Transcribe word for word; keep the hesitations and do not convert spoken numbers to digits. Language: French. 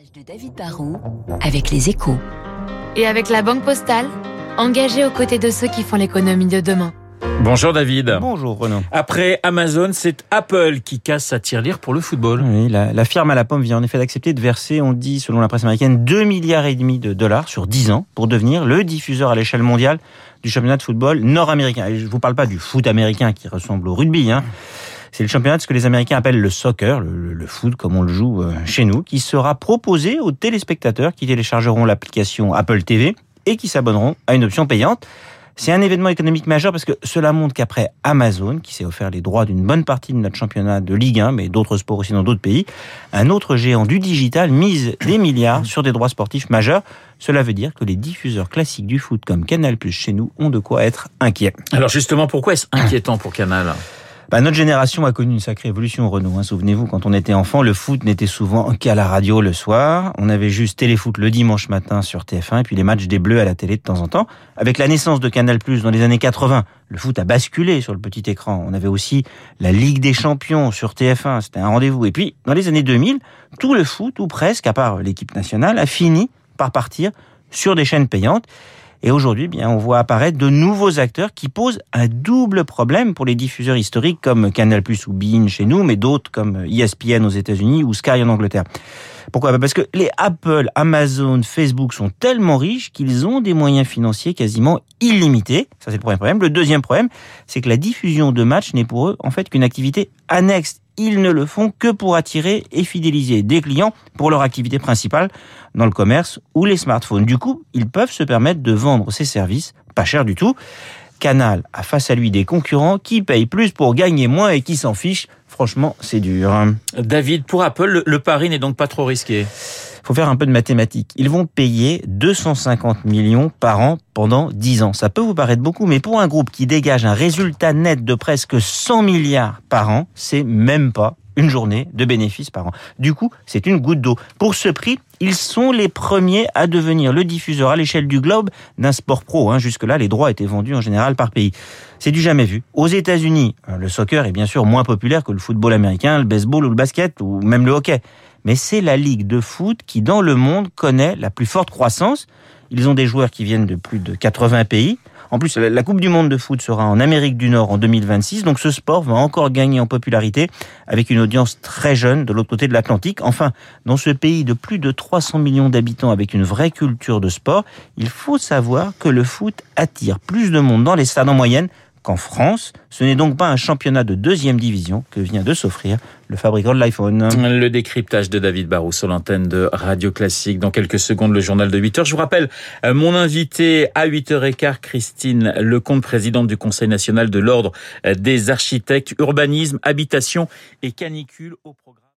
De David Barrault avec Les Échos. Et avec la Banque Postale, engagée aux côtés de ceux qui font l'économie de demain. Bonjour David. Bonjour Renaud. Après Amazon, c'est Apple qui casse sa tirelire pour le football. Oui, la, la firme à la pomme vient en effet d'accepter de verser, on dit selon la presse américaine, deux milliards et demi de dollars sur dix ans pour devenir le diffuseur à l'échelle mondiale du championnat de football nord-américain. Et je ne vous parle pas du foot américain qui ressemble au rugby, hein. C'est le championnat de ce que les Américains appellent le soccer, le, le foot comme on le joue chez nous, qui sera proposé aux téléspectateurs qui téléchargeront l'application Apple T V et qui s'abonneront à une option payante. C'est un événement économique majeur parce que cela montre qu'après Amazon, qui s'est offert les droits d'une bonne partie de notre championnat de Ligue un, mais d'autres sports aussi dans d'autres pays, un autre géant du digital mise des milliards sur des droits sportifs majeurs. Cela veut dire que les diffuseurs classiques du foot comme Canal+ chez nous ont de quoi être inquiets. Alors justement, pourquoi est-ce inquiétant pour Canal ? Bah, notre génération a connu une sacrée évolution, Renaud. Hein. Souvenez-vous, quand on était enfant, le foot n'était souvent qu'à la radio le soir. On avait juste Téléfoot le dimanche matin sur T F un et puis les matchs des Bleus à la télé de temps en temps. Avec la naissance de Canal+, dans les années quatre-vingts, le foot a basculé sur le petit écran. On avait aussi la Ligue des Champions sur T F un. C'était un rendez-vous. Et puis, dans les années deux mille, tout le foot, ou presque, à part l'équipe nationale, a fini par partir sur des chaînes payantes. Et aujourd'hui, bien, on voit apparaître de nouveaux acteurs qui posent un double problème pour les diffuseurs historiques comme Canal+ ou beIN chez nous, mais d'autres comme E S P N aux États-Unis ou Sky en Angleterre. Pourquoi ? Parce que les Apple, Amazon, Facebook sont tellement riches qu'ils ont des moyens financiers quasiment illimités. Ça, c'est le premier problème. Le deuxième problème, c'est que la diffusion de matchs n'est pour eux, en fait, qu'une activité annexe. Ils ne le font que pour attirer et fidéliser des clients pour leur activité principale dans le commerce ou les smartphones. Du coup, ils peuvent se permettre de vendre ces services pas cher du tout. Canal a face à lui des concurrents qui payent plus pour gagner moins et qui s'en fichent. Franchement, c'est dur. David, pour Apple, le, le pari n'est donc pas trop risqué. Faut faire un peu de mathématiques. Ils vont payer deux cent cinquante millions par an pendant dix ans. Ça peut vous paraître beaucoup, mais pour un groupe qui dégage un résultat net de presque cent milliards par an, c'est même pas une journée de bénéfices par an. Du coup, c'est une goutte d'eau. Pour ce prix, ils sont les premiers à devenir le diffuseur à l'échelle du globe d'un sport pro. Hein. Jusque-là, les droits étaient vendus en général par pays. C'est du jamais vu. Aux États-Unis, le soccer est bien sûr moins populaire que le football américain, le baseball ou le basket, ou même le hockey. Mais c'est la ligue de foot qui, dans le monde, connaît la plus forte croissance. Ils ont des joueurs qui viennent de plus de quatre-vingts pays. En plus, la Coupe du monde de foot sera en Amérique du Nord en deux mille vingt-six. Donc ce sport va encore gagner en popularité avec une audience très jeune de l'autre côté de l'Atlantique. Enfin, dans ce pays de plus de trois cents millions d'habitants avec une vraie culture de sport, il faut savoir que le foot attire plus de monde dans les stades en moyenne qu'en France. Ce n'est donc pas un championnat de deuxième division que vient de s'offrir le fabricant de l'iPhone. Le décryptage de David Barrault sur l'antenne de Radio Classique. Dans quelques secondes, le journal de huit heures. Je vous rappelle, mon invité à huit heures quinze, Christine Lecomte, présidente du Conseil national de l'Ordre des architectes, urbanisme, habitation et canicule au programme.